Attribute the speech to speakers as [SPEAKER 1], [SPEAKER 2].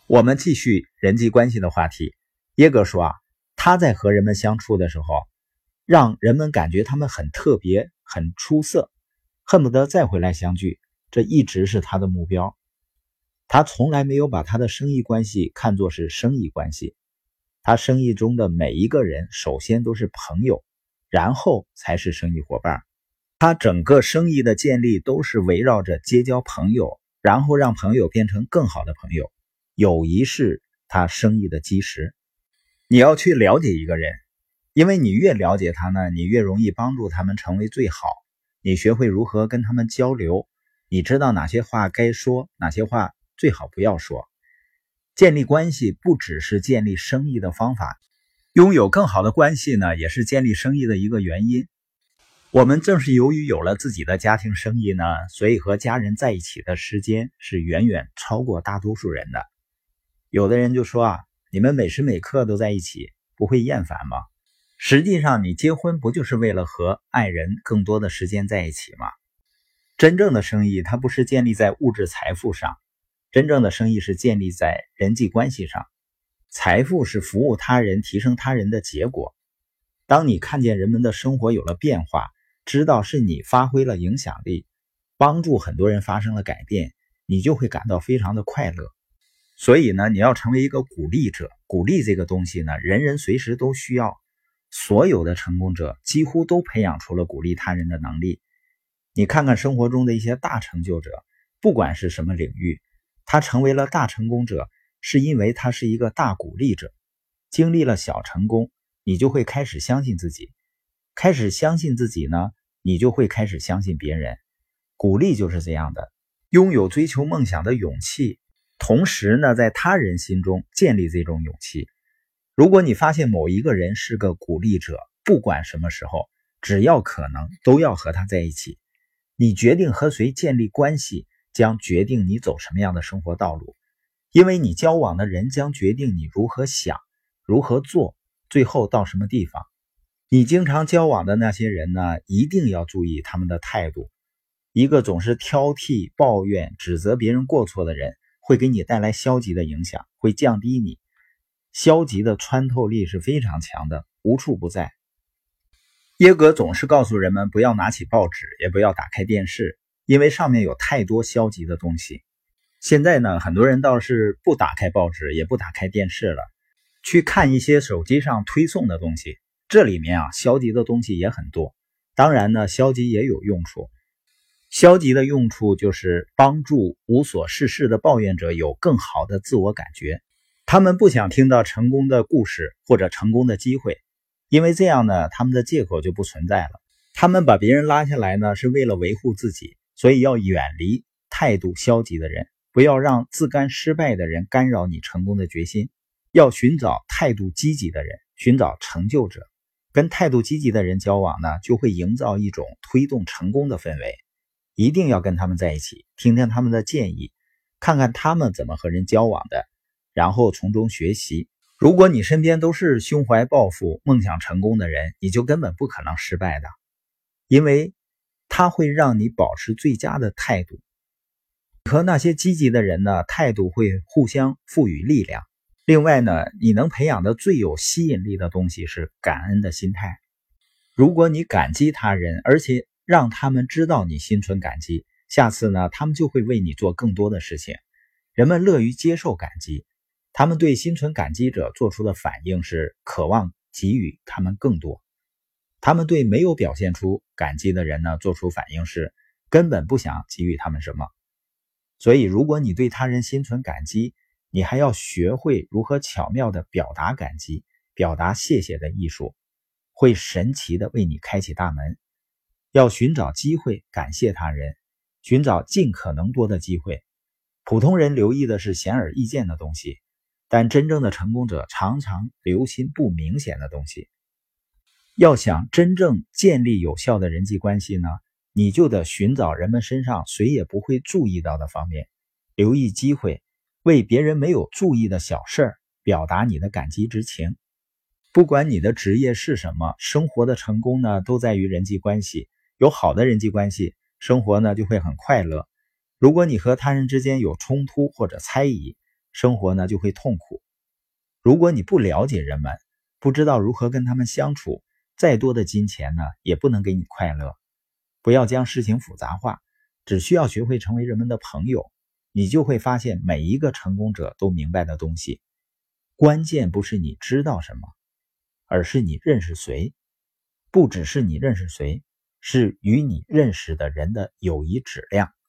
[SPEAKER 1] 我们继续人际关系的话题。耶格说他在和人们相处的时候，让人们感觉他们很特别、很出色，恨不得再回来相聚，这一直是他的目标。他从来没有把他的生意关系看作是生意关系，他生意中的每一个人首先都是朋友，然后才是生意伙伴。他整个生意的建立都是围绕着结交朋友，然后让朋友变成更好的朋友。友谊是他生意的基石。你要去了解一个人，因为你越了解他呢，你越容易帮助他们成为最好。你学会如何跟他们交流，你知道哪些话该说，哪些话最好不要说。建立关系不只是建立生意的方法，拥有更好的关系呢，也是建立生意的一个原因。我们正是由于有了自己的家庭生意呢，所以和家人在一起的时间是远远超过大多数人的。有的人就说你们每时每刻都在一起，不会厌烦吗？实际上你结婚不就是为了和爱人更多的时间在一起吗？真正的生意它不是建立在物质财富上，真正的生意是建立在人际关系上。财富是服务他人、提升他人的结果。当你看见人们的生活有了变化，知道是你发挥了影响力，帮助很多人发生了改变，你就会感到非常的快乐。所以呢，你要成为一个鼓励者。鼓励这个东西呢，人人随时都需要。所有的成功者几乎都培养出了鼓励他人的能力。你看看生活中的一些大成就者，不管是什么领域，他成为了大成功者，是因为他是一个大鼓励者。经历了小成功，你就会开始相信自己。开始相信自己呢，你就会开始相信别人。鼓励就是这样的，拥有追求梦想的勇气，同时呢，在他人心中建立这种勇气。如果你发现某一个人是个鼓励者，不管什么时候，只要可能，都要和他在一起。你决定和谁建立关系，将决定你走什么样的生活道路。因为你交往的人将决定你如何想，如何做，最后到什么地方。你经常交往的那些人呢，一定要注意他们的态度。一个总是挑剔、抱怨、指责别人过错的人，会给你带来消极的影响，会降低你。消极的穿透力是非常强的，无处不在。耶格总是告诉人们不要拿起报纸，也不要打开电视，因为上面有太多消极的东西。现在呢，很多人倒是不打开报纸，也不打开电视了，去看一些手机上推送的东西。这里面消极的东西也很多。当然呢，消极也有用处。消极的用处就是帮助无所事事的抱怨者有更好的自我感觉。他们不想听到成功的故事或者成功的机会，因为这样呢，他们的借口就不存在了。他们把别人拉下来呢，是为了维护自己，所以要远离态度消极的人，不要让自甘失败的人干扰你成功的决心。要寻找态度积极的人，寻找成就者。跟态度积极的人交往呢，就会营造一种推动成功的氛围。一定要跟他们在一起，听听他们的建议，看看他们怎么和人交往的，然后从中学习。如果你身边都是胸怀抱负、梦想成功的人，你就根本不可能失败的，因为他会让你保持最佳的态度。和那些积极的人呢，态度会互相赋予力量。另外呢，你能培养的最有吸引力的东西是感恩的心态。如果你感激他人，而且让他们知道你心存感激，下次呢，他们就会为你做更多的事情。人们乐于接受感激，他们对心存感激者做出的反应是渴望给予他们更多。他们对没有表现出感激的人呢，做出反应是根本不想给予他们什么。所以如果你对他人心存感激，你还要学会如何巧妙地表达感激，表达谢谢的艺术，会神奇地为你开启大门。要寻找机会感谢他人，寻找尽可能多的机会。普通人留意的是显而易见的东西，但真正的成功者常常留心不明显的东西。要想真正建立有效的人际关系呢，你就得寻找人们身上谁也不会注意到的方面，留意机会，为别人没有注意的小事表达你的感激之情。不管你的职业是什么，生活的成功呢，都在于人际关系。有好的人际关系，生活呢就会很快乐。如果你和他人之间有冲突或者猜疑， 生活呢就会痛苦。如果你不了解人们，不知道如何跟他们相处，再多的金钱呢也不能给你快乐。不要将事情复杂化，只需要学会成为人们的朋友，你就会发现每一个成功者都明白的东西。关键不是你知道什么，而是你认识谁。不只是你认识谁，是与你认识的人的友谊质量。